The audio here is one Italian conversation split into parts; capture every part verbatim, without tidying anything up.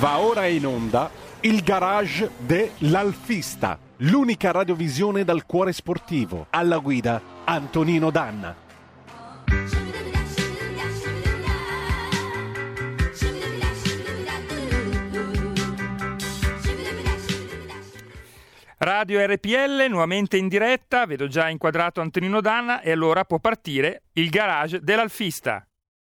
Va ora in onda il garage dell'Alfista, l'unica radiovisione dal cuore sportivo. Alla guida Antonino Danna. Radio R P L, nuovamente in diretta, vedo già inquadrato Antonino Danna e allora può partire il garage dell'Alfista.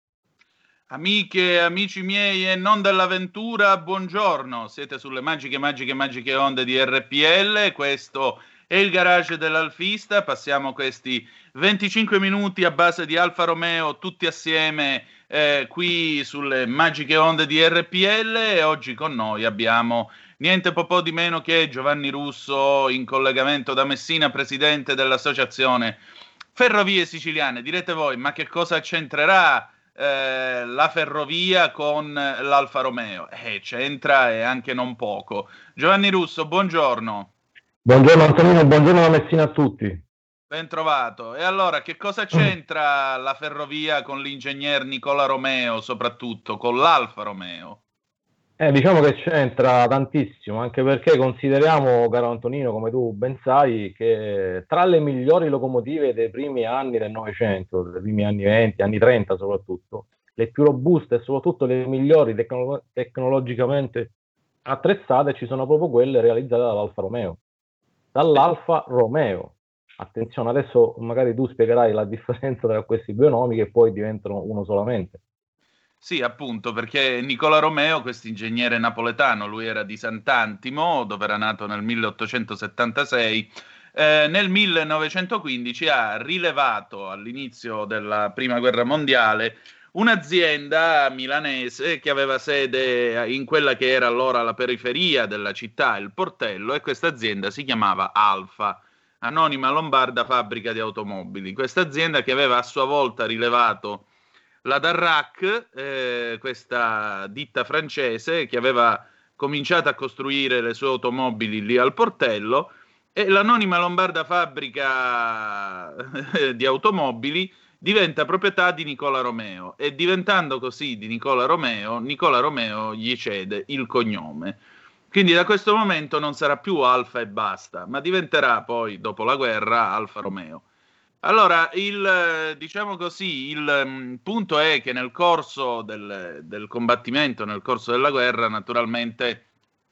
Amiche e amici miei e non dell'avventura, buongiorno, siete sulle magiche, magiche, magiche onde di R P L, questo è il garage dell'Alfista, passiamo questi venticinque minuti a base di Alfa Romeo tutti assieme eh, qui sulle magiche onde di R P L e oggi con noi abbiamo niente po' di meno che Giovanni Russo in collegamento da Messina, presidente dell'associazione Ferrovie Siciliane. Direte voi, ma che cosa c'entrerà Eh, la ferrovia con l'Alfa Romeo? Eh, c'entra e anche non poco. Giovanni Russo, buongiorno. Buongiorno Antonino, buongiorno da Messina a tutti. Ben trovato. E allora, che cosa c'entra la ferrovia con l'ingegner Nicola Romeo, soprattutto con l'Alfa Romeo? Eh, diciamo che c'entra tantissimo, anche perché consideriamo, caro Antonino, come tu ben sai, che tra le migliori locomotive dei primi anni del Novecento, dei primi anni venti, anni trenta soprattutto, le più robuste e soprattutto le migliori tecno- tecnologicamente attrezzate ci sono proprio quelle realizzate dall'Alfa Romeo. Dall'Alfa Romeo. Attenzione, adesso magari tu spiegherai la differenza tra questi due nomi che poi diventano uno solamente. Sì, appunto, perché Nicola Romeo, questo ingegnere napoletano, lui era di Sant'Antimo, dove era nato nel milleottocentosettantasei, eh, nel millenovecentoquindici ha rilevato all'inizio della Prima Guerra Mondiale un'azienda milanese che aveva sede in quella che era allora la periferia della città, il Portello, e questa azienda si chiamava Alfa, Anonima Lombarda Fabbrica di Automobili. Questa azienda che aveva a sua volta rilevato la Darracq, eh, questa ditta francese che aveva cominciato a costruire le sue automobili lì al Portello, e l'Anonima Lombarda Fabbrica di Automobili diventa proprietà di Nicola Romeo e diventando così di Nicola Romeo, Nicola Romeo gli cede il cognome. Quindi da questo momento non sarà più Alfa e basta, ma diventerà poi, dopo la guerra, Alfa Romeo. Allora, il, diciamo così, il um, punto è che nel corso del, del combattimento, nel corso della guerra, naturalmente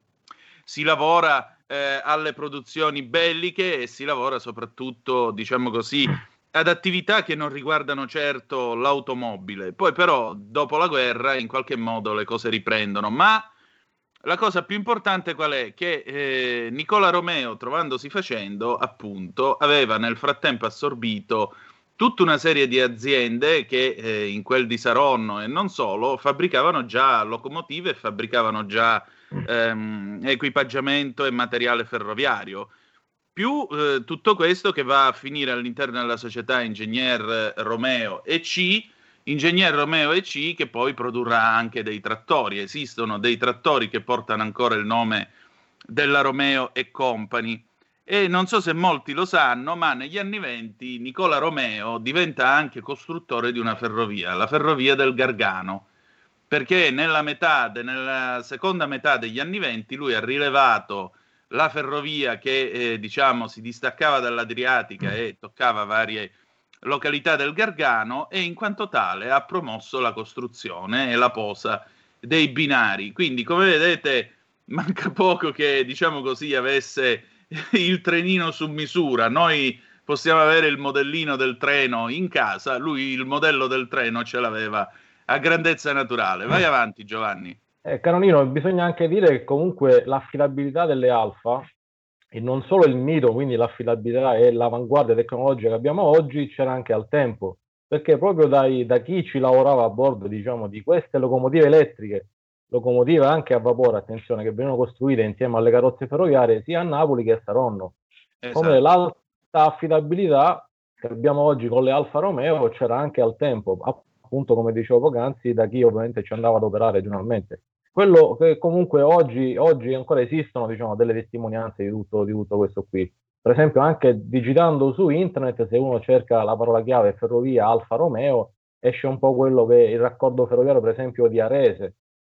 si lavora eh, alle produzioni belliche e si lavora soprattutto, diciamo così, ad attività che non riguardano certo l'automobile. Poi però, dopo la guerra, in qualche modo le cose riprendono, ma la cosa più importante qual è? Che eh, Nicola Romeo, trovandosi facendo, appunto, aveva nel frattempo assorbito tutta una serie di aziende che eh, in quel di Saronno e non solo fabbricavano già locomotive e fabbricavano già ehm, equipaggiamento e materiale ferroviario. Più eh, tutto questo che va a finire all'interno della società Ingegner Romeo e C, Ingegner Romeo e C, che poi produrrà anche dei trattori. Esistono dei trattori che portano ancora il nome della Romeo e Company. E non so se molti lo sanno, ma negli anni venti Nicola Romeo diventa anche costruttore di una ferrovia, la ferrovia del Gargano, perché nella, metà de, nella seconda metà degli anni venti lui ha rilevato la ferrovia che eh, diciamo si distaccava dall'Adriatica e toccava varie località del Gargano e in quanto tale ha promosso la costruzione e la posa dei binari. Quindi, come vedete, manca poco che, diciamo così, avesse il trenino su misura. Noi possiamo avere il modellino del treno in casa, lui il modello del treno ce l'aveva a grandezza naturale. Vai avanti, Giovanni. Eh, Canonino, bisogna anche dire che comunque l'affidabilità delle Alfa, e non solo il mito, quindi l'affidabilità e l'avanguardia tecnologica che abbiamo oggi, c'era anche al tempo, perché proprio dai, da chi ci lavorava a bordo, diciamo, di queste locomotive elettriche, locomotive anche a vapore, attenzione, che venivano costruite insieme alle carrozze ferroviarie sia a Napoli che a Saronno. Esatto. Come l'alta affidabilità che abbiamo oggi con le Alfa Romeo c'era anche al tempo, appunto come dicevo poc'anzi, da chi ovviamente ci andava ad operare regionalmente. Quello che comunque oggi, oggi ancora esistono, diciamo, delle testimonianze di tutto, di tutto questo qui. Per esempio, anche digitando su internet, se uno cerca la parola chiave ferrovia Alfa Romeo, esce un po' quello che è il raccordo ferroviario, per esempio, di Arese,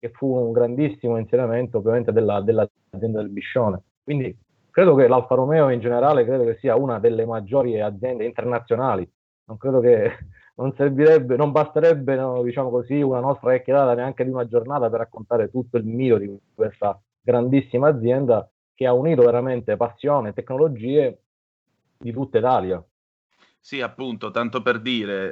che fu un grandissimo insediamento ovviamente della, dell'azienda del Biscione. Quindi credo che l'Alfa Romeo in generale credo che sia una delle maggiori aziende internazionali. Non credo che non servirebbe, non basterebbe, no, diciamo così, una nostra chiacchierata neanche di una giornata per raccontare tutto il mito di questa grandissima azienda che ha unito veramente passione e tecnologie di tutta Italia. Sì, appunto, tanto per dire,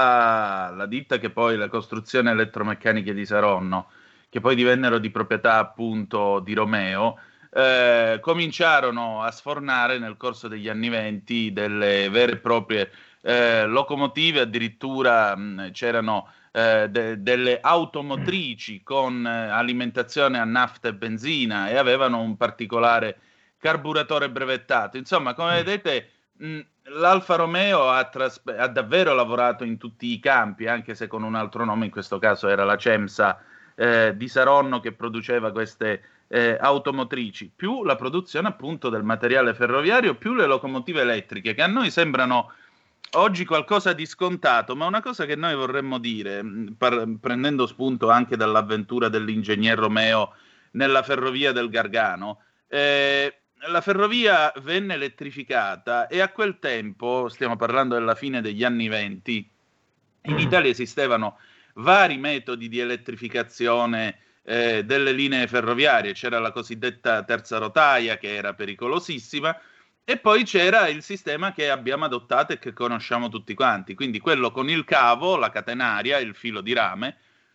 la, la ditta che poi le costruzioni elettromeccaniche di Saronno, che poi divennero di proprietà appunto di Romeo, eh, cominciarono a sfornare nel corso degli anni venti delle vere e proprie eh, locomotive, addirittura mh, c'erano eh, de- delle automotrici con eh, alimentazione a nafta e benzina e avevano un particolare carburatore brevettato. Insomma, come vedete, mh, l'Alfa Romeo ha, tras- ha davvero lavorato in tutti i campi, anche se con un altro nome, in questo caso era la Cemsa eh, di Saronno che produceva queste eh, automotrici, più la produzione appunto del materiale ferroviario, più le locomotive elettriche, che a noi sembrano oggi qualcosa di scontato, ma una cosa che noi vorremmo dire, par- prendendo spunto anche dall'avventura dell'ingegner Romeo nella ferrovia del Gargano, eh, la ferrovia venne elettrificata e a quel tempo, stiamo parlando della fine degli anni venti, in Italia esistevano vari metodi di elettrificazione eh, delle linee ferroviarie. C'era la cosiddetta terza rotaia che era pericolosissima e poi c'era il sistema che abbiamo adottato e che conosciamo tutti quanti, quindi quello con il cavo, la catenaria, il filo di rame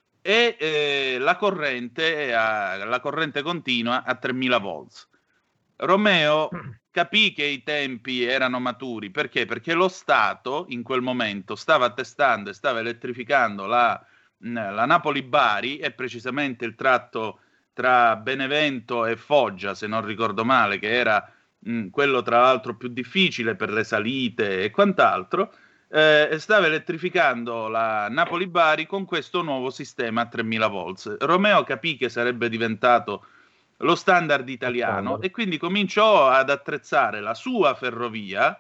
e eh, la corrente, a, la corrente continua a tremila volts. Romeo capì che i tempi erano maturi, perché? Perché lo Stato in quel momento stava testando e stava elettrificando la, la Napoli-Bari e precisamente il tratto tra Benevento e Foggia, se non ricordo male, che era mh, quello tra l'altro più difficile per le salite e quant'altro, eh, stava elettrificando la Napoli-Bari con questo nuovo sistema a tremila volts. Romeo capì che sarebbe diventato lo standard italiano e quindi cominciò ad attrezzare la sua ferrovia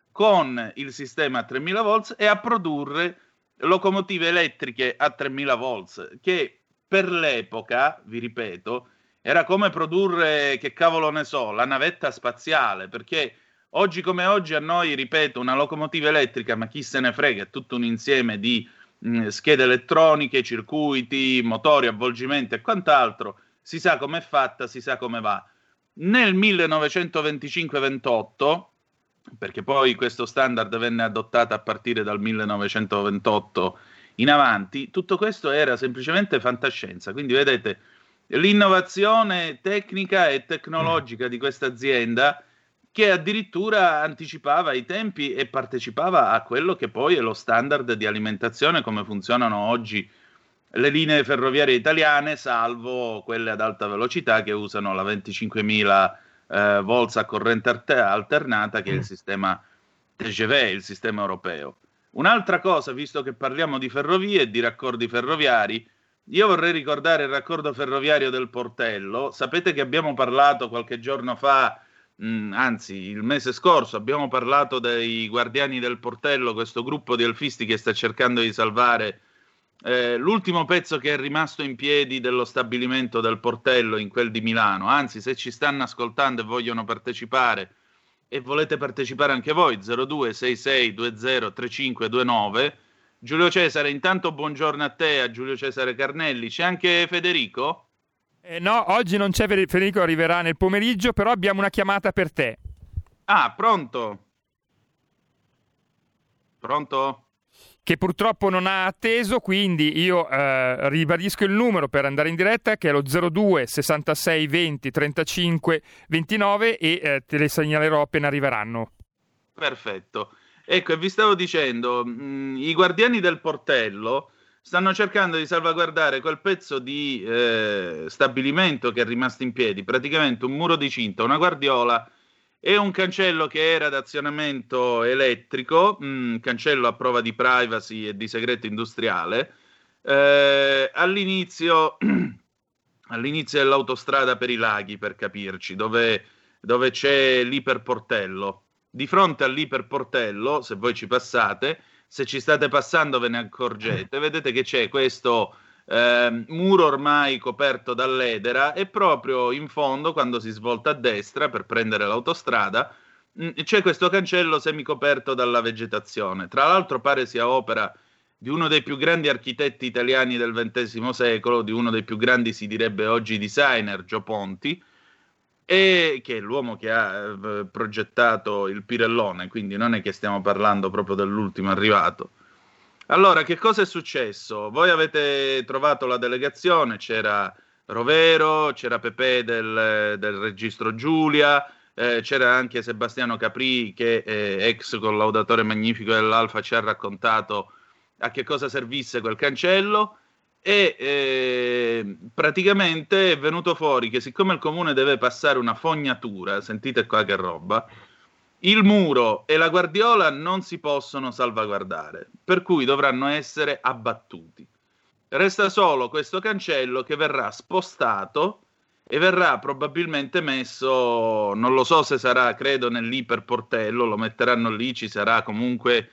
con il sistema a tremila volts e a produrre locomotive elettriche a tremila volts, che per l'epoca, vi ripeto, era come produrre, che cavolo ne so, la navetta spaziale, perché oggi come oggi a noi, ripeto, una locomotiva elettrica, ma chi se ne frega, è tutto un insieme di mh, schede elettroniche, circuiti, motori, avvolgimenti e quant'altro. Si sa com'è fatta, si sa come va. Nel millenovecentoventicinque ventotto, perché poi questo standard venne adottato a partire dal millenovecentoventotto in avanti, tutto questo era semplicemente fantascienza. Quindi vedete, l'innovazione tecnica e tecnologica di questa azienda che addirittura anticipava i tempi e partecipava a quello che poi è lo standard di alimentazione, come funzionano oggi le linee ferroviarie italiane, salvo quelle ad alta velocità che usano la venticinquemila eh, volts a corrente alternata, che è il sistema T G V, il sistema europeo. Un'altra cosa, visto che parliamo di ferrovie e di raccordi ferroviari, io vorrei ricordare il raccordo ferroviario del Portello. Sapete che abbiamo parlato qualche giorno fa, mh, anzi il mese scorso, abbiamo parlato dei Guardiani del Portello, questo gruppo di alfisti che sta cercando di salvare Eh, l'ultimo pezzo che è rimasto in piedi dello stabilimento del Portello, in quel di Milano. Anzi, se ci stanno ascoltando e vogliono partecipare e volete partecipare anche voi, zero due sei sei due zero tre cinque due nove. Giulio Cesare, intanto buongiorno a te, a Giulio Cesare Carnelli. C'è anche Federico? Eh, no, oggi non c'è Federico, arriverà nel pomeriggio, però abbiamo una chiamata per te. Ah, pronto? Pronto? Che purtroppo non ha atteso, quindi io eh, ribadisco il numero per andare in diretta, che è lo zero due sessantasei venti trentacinque ventinove e eh, te le segnalerò appena arriveranno. Perfetto. Ecco, e vi stavo dicendo, mh, i Guardiani del Portello stanno cercando di salvaguardare quel pezzo di eh, stabilimento che è rimasto in piedi, praticamente un muro di cinta, una guardiola e un cancello che era d'azionamento elettrico, mh, cancello a prova di privacy e di segreto industriale, eh, all'inizio, all'inizio dell'autostrada per i laghi, per capirci, dove, dove c'è l'Iperportello. Di fronte all'Iperportello, se voi ci passate, se ci state passando ve ne accorgete, vedete che c'è questo eh, muro ormai coperto dall'edera, e proprio in fondo, quando si svolta a destra per prendere l'autostrada, mh, c'è questo cancello semicoperto dalla vegetazione. Tra l'altro pare sia opera di uno dei più grandi architetti italiani del ventesimo secolo, di uno dei più grandi, si direbbe oggi, designer, Gio Ponti, e che è l'uomo che ha eh, progettato il Pirellone, quindi non è che stiamo parlando proprio dell'ultimo arrivato. Allora, che cosa è successo? Voi avete trovato la delegazione, c'era Rovero, c'era Pepe del, del Registro Giulia, eh, c'era anche Sebastiano Capri, che è ex collaudatore magnifico dell'Alfa, ci ha raccontato a che cosa servisse quel cancello, e eh, praticamente è venuto fuori che siccome il comune deve passare una fognatura, sentite qua che roba, il muro e la guardiola non si possono salvaguardare, per cui dovranno essere abbattuti. Resta solo questo cancello che verrà spostato e verrà probabilmente messo, non lo so se sarà, credo, nell'iperportello, lo metteranno lì, ci sarà comunque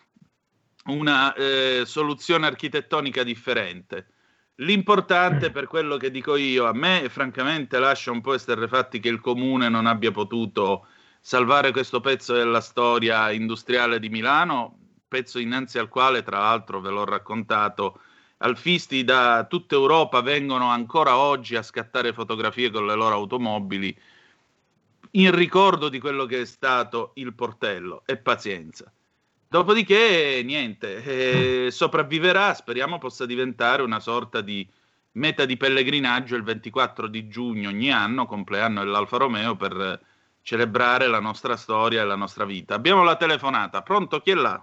una eh, soluzione architettonica differente. L'importante, per quello che dico io, a me francamente lascia un po' esterrefatti che il comune non abbia potuto salvare questo pezzo della storia industriale di Milano, pezzo innanzi al quale, tra l'altro, ve l'ho raccontato, alfisti da tutta Europa vengono ancora oggi a scattare fotografie con le loro automobili in ricordo di quello che è stato il portello, e pazienza. Dopodiché, niente, eh, sopravviverà, speriamo possa diventare una sorta di meta di pellegrinaggio il ventiquattro di giugno ogni anno, compleanno dell'Alfa Romeo, per celebrare la nostra storia e la nostra vita. Abbiamo la telefonata, pronto, chi è là?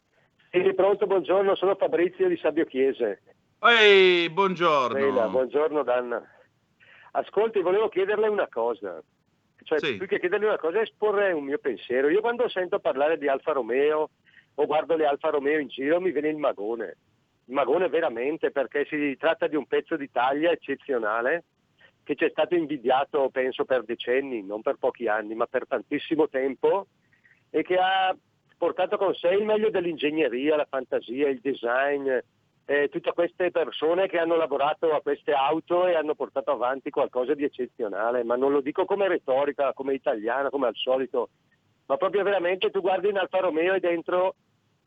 Sì, pronto, buongiorno, sono Fabrizio di Sabio Chiese. Ehi, buongiorno. Bella, buongiorno Danna. Ascolti, volevo chiederle una cosa, cioè Sì. più che chiederle una cosa, esporre un mio pensiero. Io quando sento parlare di Alfa Romeo o guardo le Alfa Romeo in giro mi viene il magone, il magone veramente, perché si tratta di un pezzo d'Italia eccezionale che ci è stato invidiato, penso, per decenni, non per pochi anni, ma per tantissimo tempo, e che ha portato con sé il meglio dell'ingegneria, la fantasia, il design, eh, tutte queste persone che hanno lavorato a queste auto e hanno portato avanti qualcosa di eccezionale, ma non lo dico come retorica, come italiana, come al solito, ma proprio veramente tu guardi in Alfa Romeo e dentro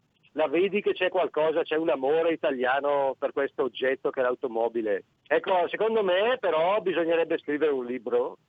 la vedi che c'è qualcosa, c'è un amore italiano per questo oggetto che è l'automobile. Ecco, secondo me però bisognerebbe scrivere un libro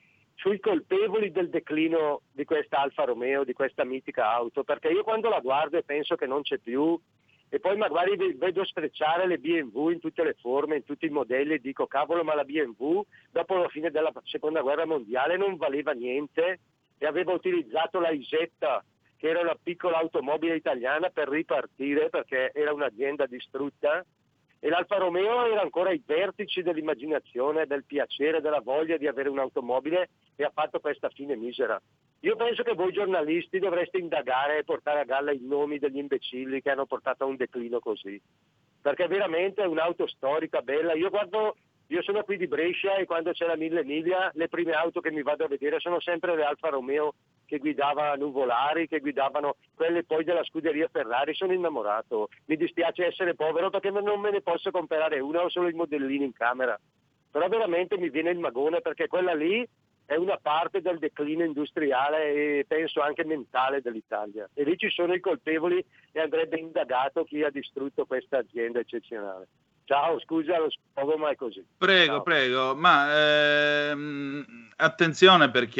sui colpevoli del declino di questa Alfa Romeo, di questa mitica auto, perché io quando la guardo e penso che non c'è più, e poi magari vedo sfrecciare le B M W in tutte le forme, in tutti i modelli, e dico cavolo, ma la B M W dopo la fine della seconda guerra mondiale non valeva niente e aveva utilizzato la Isetta, che era una piccola automobile italiana, per ripartire, perché era un'azienda distrutta, e l'Alfa Romeo era ancora ai vertici dell'immaginazione, del piacere, della voglia di avere un'automobile, e ha fatto questa fine misera. Io penso che voi giornalisti dovreste indagare e portare a galla i nomi degli imbecilli che hanno portato a un declino così, perché veramente è un'auto storica bella. Io guardo, io sono qui di Brescia e quando c'è la Mille Miglia le prime auto che mi vado a vedere sono sempre le Alfa Romeo che guidava Nuvolari, che guidavano quelle poi della scuderia Ferrari. Sono innamorato, mi dispiace essere povero perché non me ne posso comprare una, ho solo i modellini in camera, però veramente mi viene il magone, perché quella lì è una parte del declino industriale e penso anche mentale dell'Italia, e lì ci sono i colpevoli e andrebbe indagato chi ha distrutto questa azienda eccezionale. Ciao, scusa lo sfogo, ma è così. Prego, Ciao. prego, ma ehm, attenzione, perché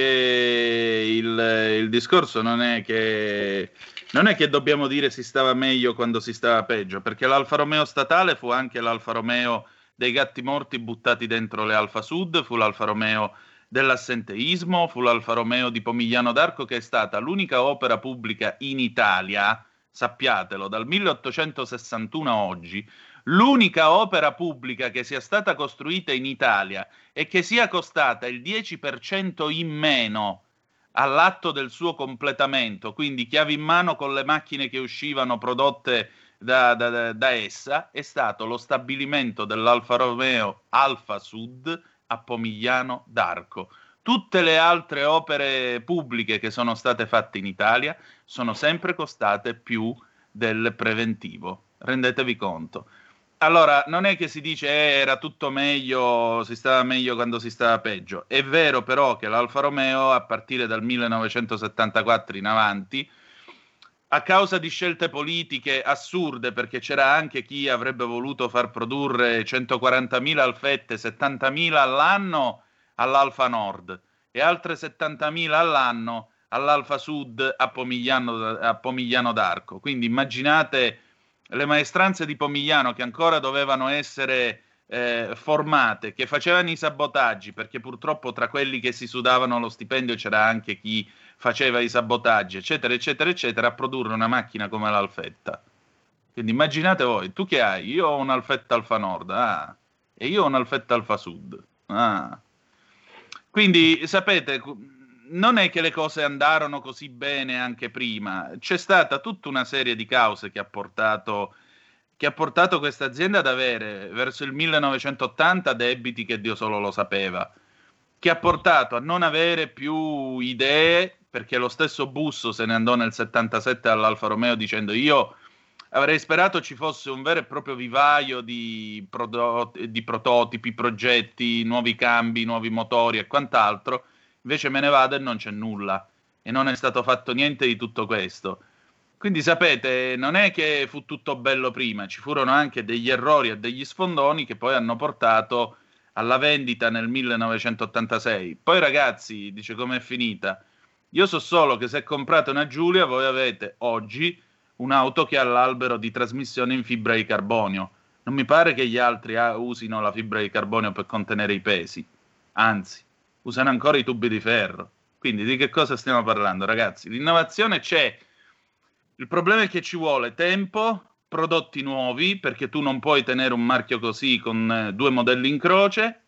il, il discorso non è che non è che dobbiamo dire si stava meglio quando si stava peggio, perché l'Alfa Romeo statale fu anche l'Alfa Romeo dei gatti morti buttati dentro le Alfa Sud, fu l'Alfa Romeo dell'assenteismo, fu l'Alfa Romeo di Pomigliano d'Arco, che è stata l'unica opera pubblica in Italia, sappiatelo, dal milleottocentosessantuno a oggi, l'unica opera pubblica che sia stata costruita in Italia e che sia costata il dieci per cento in meno all'atto del suo completamento, quindi chiavi in mano con le macchine che uscivano prodotte da, da, da essa, è stato lo stabilimento dell'Alfa Romeo Alfa Sud a Pomigliano d'Arco. Tutte le altre opere pubbliche che sono state fatte in Italia sono sempre costate più del preventivo, rendetevi conto. Allora, non è che si dice eh, era tutto meglio, si stava meglio quando si stava peggio. È vero però che l'Alfa Romeo, a partire dal millenovecentosettantaquattro in avanti, a causa di scelte politiche assurde, perché c'era anche chi avrebbe voluto far produrre centoquarantamila alfette, settantamila all'anno all'Alfa Nord e altre settantamila all'anno all'Alfa Sud a Pomigliano, a Pomigliano d'Arco. Quindi immaginate le maestranze di Pomigliano che ancora dovevano essere eh, formate, che facevano i sabotaggi, perché purtroppo tra quelli che si sudavano lo stipendio c'era anche chi faceva i sabotaggi, eccetera, eccetera, eccetera, a produrre una macchina come l'Alfetta. Quindi immaginate voi, tu che hai? Io ho un'Alfetta Alfa Nord, ah, e io ho un'Alfetta Alfa Sud. Ah. Quindi, sapete, non è che le cose andarono così bene anche prima, c'è stata tutta una serie di cause che ha portato, che ha portato questa azienda ad avere verso il millenovecentottanta debiti che Dio solo lo sapeva, che ha portato a non avere più idee, perché lo stesso Busso se ne andò nel settantasette all'Alfa Romeo dicendo io avrei sperato ci fosse un vero e proprio vivaio di, prodot- di prototipi, progetti, nuovi cambi, nuovi motori e quant'altro. Invece me ne vado e non c'è nulla, e non è stato fatto niente di tutto questo. Quindi sapete, non è che fu tutto bello prima, ci furono anche degli errori e degli sfondoni che poi hanno portato alla vendita nel millenovecentottantasei. Poi ragazzi, dice com'è finita? Io so solo che se comprate una Giulia voi avete oggi un'auto che ha l'albero di trasmissione in fibra di carbonio. Non mi pare che gli altri ah, usino la fibra di carbonio per contenere i pesi, anzi usano ancora i tubi di ferro. Quindi di che cosa stiamo parlando, ragazzi? L'innovazione c'è, il problema è che ci vuole tempo, prodotti nuovi, perché tu non puoi tenere un marchio così con eh, due modelli in croce,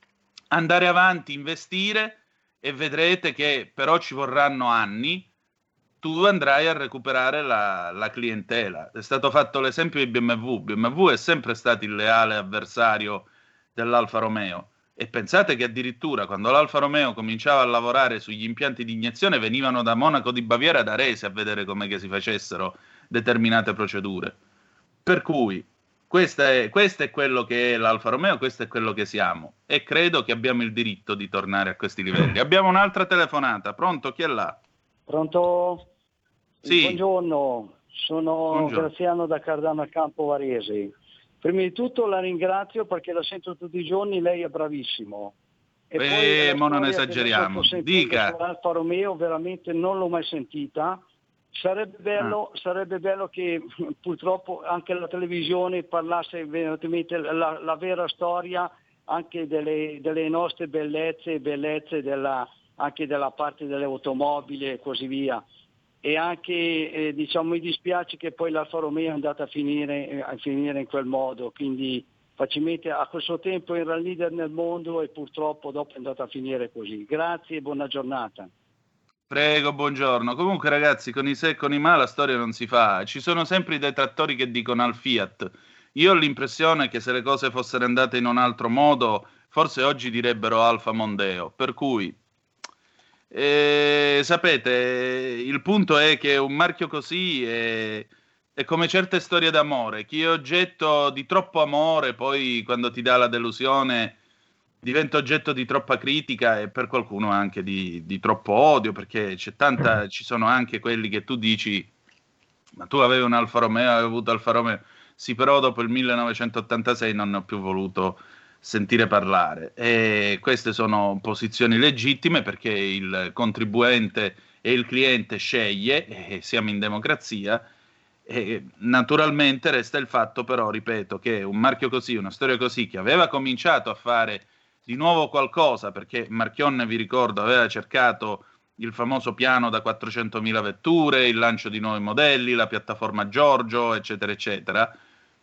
andare avanti, investire, e vedrete che però ci vorranno anni, tu andrai a recuperare la, la clientela. È stato fatto l'esempio di B M W, B M W è sempre stato il leale avversario dell'Alfa Romeo. E pensate che addirittura quando l'Alfa Romeo cominciava a lavorare sugli impianti di iniezione venivano da Monaco di Baviera da Resi a vedere com'è che si facessero determinate procedure. Per cui questa è, questo è quello che è l'Alfa Romeo, questo è quello che siamo, e credo che abbiamo il diritto di tornare a questi livelli. Abbiamo un'altra telefonata, pronto? Chi è là? Pronto? Sì. Buongiorno, sono Buongiorno. Graziano da Cardano al Campo Varese. Prima di tutto la ringrazio perché la sento tutti i giorni, lei è bravissimo. E Eh, poi ma non la storia esageriamo. che Dica. su Alfa Romeo veramente non l'ho mai sentita. Sarebbe bello, ah. sarebbe bello che purtroppo anche la televisione parlasse veramente la, la vera storia anche delle, delle nostre bellezze, bellezze della, anche della parte delle automobili e così via. E anche eh, diciamo mi dispiace che poi l'Alfa Romeo è andata a finire, eh, a finire in quel modo, quindi facilmente a questo tempo era leader nel mondo e purtroppo dopo è andata a finire così. Grazie e buona giornata. Prego, buongiorno. Comunque ragazzi, con i se e con i ma la storia non si fa. Ci sono sempre i detrattori che dicono al Fiat. Io ho l'impressione che se le cose fossero andate in un altro modo, forse oggi direbbero Alfa Mondeo. Per cui Eh, sapete, il punto è che un marchio così è, è come certe storie d'amore. Chi è oggetto di troppo amore, poi quando ti dà la delusione diventa oggetto di troppa critica e per qualcuno anche di, di troppo odio, perché c'è tanta, ci sono anche quelli che tu dici ma tu avevi un Alfa Romeo, avevi avuto Alfa Romeo. Sì, però dopo il millenovecentottantasei non ne ho più voluto sentire parlare, e queste sono posizioni legittime perché il contribuente e il cliente sceglie e siamo in democrazia, e naturalmente resta il fatto però, ripeto, che un marchio così, una storia così, che aveva cominciato a fare di nuovo qualcosa, perché Marchionne, vi ricordo, aveva cercato il famoso piano da quattrocentomila vetture, il lancio di nuovi modelli, la piattaforma Giorgio, eccetera eccetera.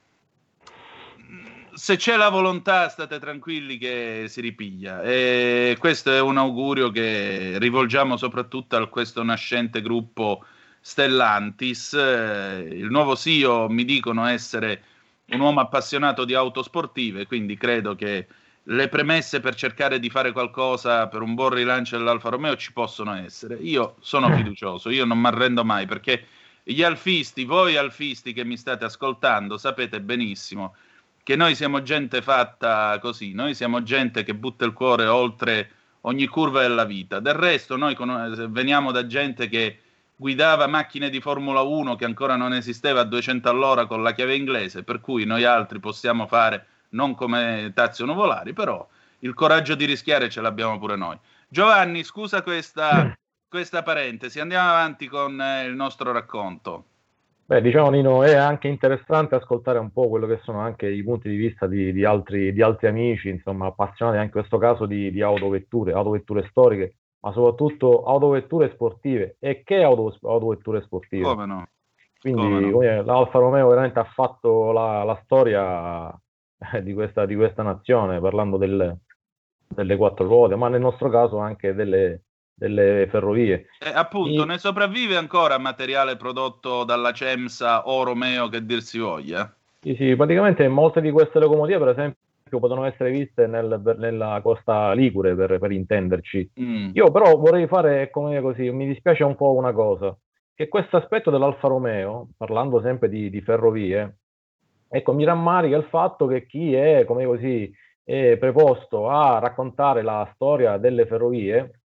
Se c'è la volontà, state tranquilli che si ripiglia, e questo è un augurio che rivolgiamo soprattutto a questo nascente gruppo Stellantis. Il nuovo C E O mi dicono essere un uomo appassionato di auto sportive, quindi credo che le premesse per cercare di fare qualcosa per un buon rilancio dell'Alfa Romeo ci possono essere. Io sono fiducioso, io non mi arrendo mai, perché gli alfisti, voi alfisti che mi state ascoltando, sapete benissimo che noi siamo gente fatta così, noi siamo gente che butta il cuore oltre ogni curva della vita. Del resto noi con- veniamo da gente che guidava macchine di Formula uno che ancora non esisteva a duecento all'ora con la chiave inglese, per cui noi altri possiamo fare non come Tazio Nuvolari, però il coraggio di rischiare ce l'abbiamo pure noi. Giovanni, scusa questa, questa parentesi, andiamo avanti con eh, il nostro racconto. Beh, diciamo Nino, è anche interessante ascoltare un po' quello che sono anche i punti di vista di, di altri, di altri amici, insomma, appassionati anche in questo caso di, di autovetture, autovetture storiche, ma soprattutto autovetture sportive. E che auto, autovetture sportive? Come no? Quindi Come no? come l'Alfa Romeo veramente ha fatto la, la storia eh, di questa, di questa nazione, parlando del- delle quattro ruote, ma nel nostro caso anche delle, delle ferrovie. Eh, appunto, I- ne sopravvive ancora materiale prodotto dalla Cemsa o Romeo, che dir si voglia? Sì, sì, praticamente molte di queste locomotive, per esempio, potevano essere viste nel- nella costa Ligure, per, per intenderci. Mm. Io però vorrei fare come così, mi dispiace un po' una cosa, che questo aspetto dell'Alfa Romeo, parlando sempre di, di ferrovie, ecco, mi rammarica il fatto che chi è, come così, è preposto a raccontare la storia delle ferrovie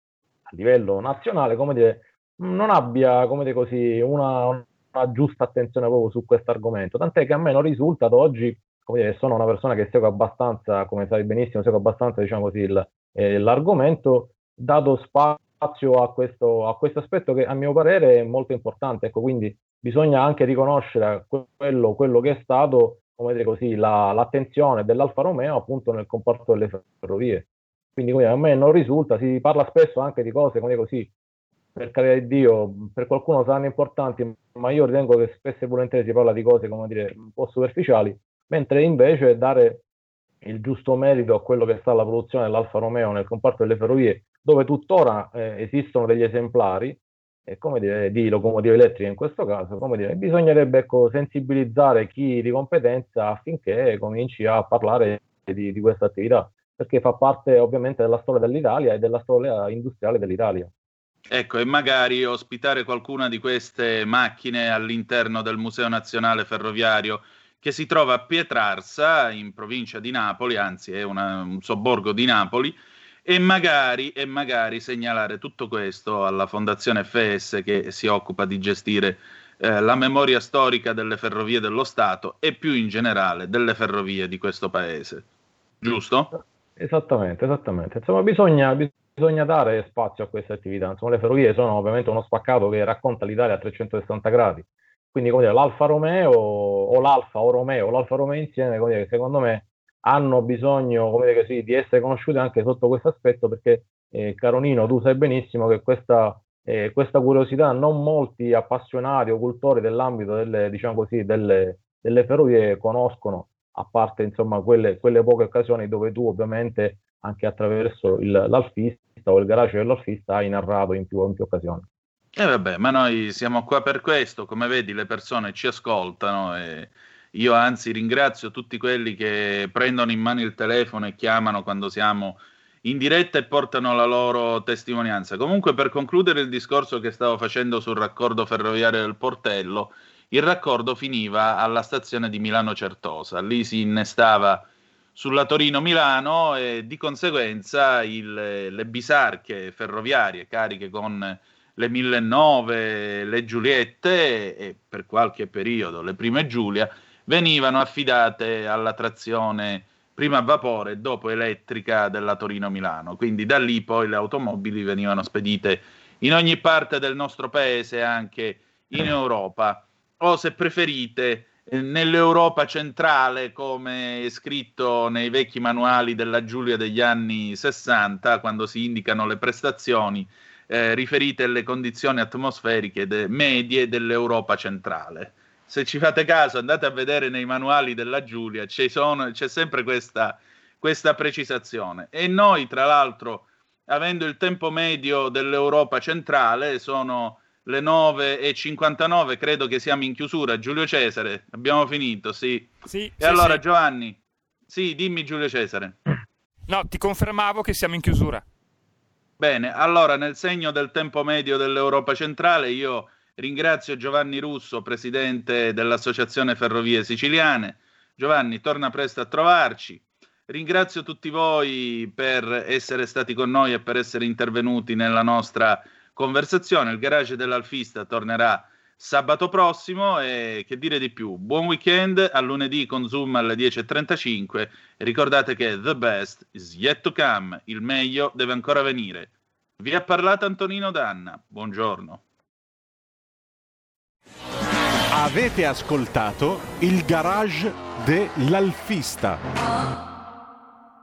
a livello nazionale, come dire, non abbia, come dire così, una, una giusta attenzione proprio su questo argomento. Tant'è che a me non risulta ad oggi, come dire, sono una persona che segue abbastanza, come sai benissimo, segue abbastanza, diciamo così, il- eh, l'argomento, dato spazio a questo, a questo aspetto che a mio parere è molto importante. Ecco, quindi bisogna anche riconoscere quello, quello che è stato, come dire così, la- l'attenzione dell'Alfa Romeo appunto nel comparto delle ferrovie. Quindi come a me non risulta, si parla spesso anche di cose come così, per carità di Dio, per qualcuno saranno importanti, ma io ritengo che spesso e volentieri si parla di cose, come dire, un po' superficiali, mentre invece dare il giusto merito a quello che sta la produzione dell'Alfa Romeo nel comparto delle ferrovie, dove tuttora eh, esistono degli esemplari, e come dire, di locomotive elettriche in questo caso, come dire, bisognerebbe ecco, sensibilizzare chi di competenza affinché cominci a parlare di, di questa attività, perché fa parte ovviamente della storia dell'Italia e della storia industriale dell'Italia. Ecco, e magari ospitare qualcuna di queste macchine all'interno del Museo Nazionale Ferroviario che si trova a Pietrarsa, in provincia di Napoli, anzi è una- un sobborgo di Napoli, e magari, e magari segnalare tutto questo alla Fondazione F S che si occupa di gestire eh, la memoria storica delle ferrovie dello Stato e più in generale delle ferrovie di questo paese. Giusto? Esattamente, esattamente. Insomma, bisogna, bisogna dare spazio a queste attività. Insomma, le ferrovie sono ovviamente uno spaccato che racconta l'Italia a trecentosessanta gradi. Quindi, come dire, l'Alfa Romeo o l'Alfa o Romeo o l'Alfa Romeo insieme, come dire, secondo me hanno bisogno, come dire così, di essere conosciute anche sotto questo aspetto, perché, eh, caro Nino, tu sai benissimo che questa, eh, questa curiosità non molti appassionati o cultori dell'ambito delle, diciamo così, delle, delle ferrovie conoscono, a parte insomma quelle, quelle poche occasioni dove tu ovviamente anche attraverso il, l'alfista o il garage dell'alfista hai narrato in più, in più occasioni. E eh vabbè, ma noi siamo qua per questo, come vedi le persone ci ascoltano e io anzi ringrazio tutti quelli che prendono in mano il telefono e chiamano quando siamo in diretta e portano la loro testimonianza. Comunque, per concludere il discorso che stavo facendo sul raccordo ferroviario del Portello, il raccordo finiva alla stazione di Milano Certosa, lì si innestava sulla Torino-Milano e di conseguenza il, le bisarche ferroviarie cariche con le millenovecento, le Giuliette e per qualche periodo le prime Giulia venivano affidate alla trazione prima a vapore e dopo elettrica della Torino-Milano. Quindi da lì poi le automobili venivano spedite in ogni parte del nostro paese, anche in Europa, o se preferite nell'Europa centrale, come è scritto nei vecchi manuali della Giulia degli anni sessanta, quando si indicano le prestazioni eh, riferite alle condizioni atmosferiche de- medie dell'Europa centrale. Se ci fate caso, andate a vedere nei manuali della Giulia, c'è, sono, c'è sempre questa, questa precisazione. E noi, tra l'altro, avendo il tempo medio dell'Europa centrale, sono le nove e cinquantanove, credo che siamo in chiusura. Giulio Cesare, abbiamo finito, sì. Sì, e sì, allora sì. Giovanni, sì, dimmi Giulio Cesare. No, ti confermavo che siamo in chiusura. Bene, allora nel segno del tempo medio dell'Europa centrale io ringrazio Giovanni Russo, presidente dell'Associazione Ferrovie Siciliane, Giovanni, torna presto a trovarci. Ringrazio tutti voi per essere stati con noi e per essere intervenuti nella nostra conversazione. Il garage dell'Alfista tornerà sabato prossimo e che dire di più. Buon weekend, a lunedì con Zoom alle dieci e trentacinque e ricordate che the best is yet to come, il meglio deve ancora venire. Vi ha parlato Antonino Danna, buongiorno. Avete ascoltato il garage dell'Alfista.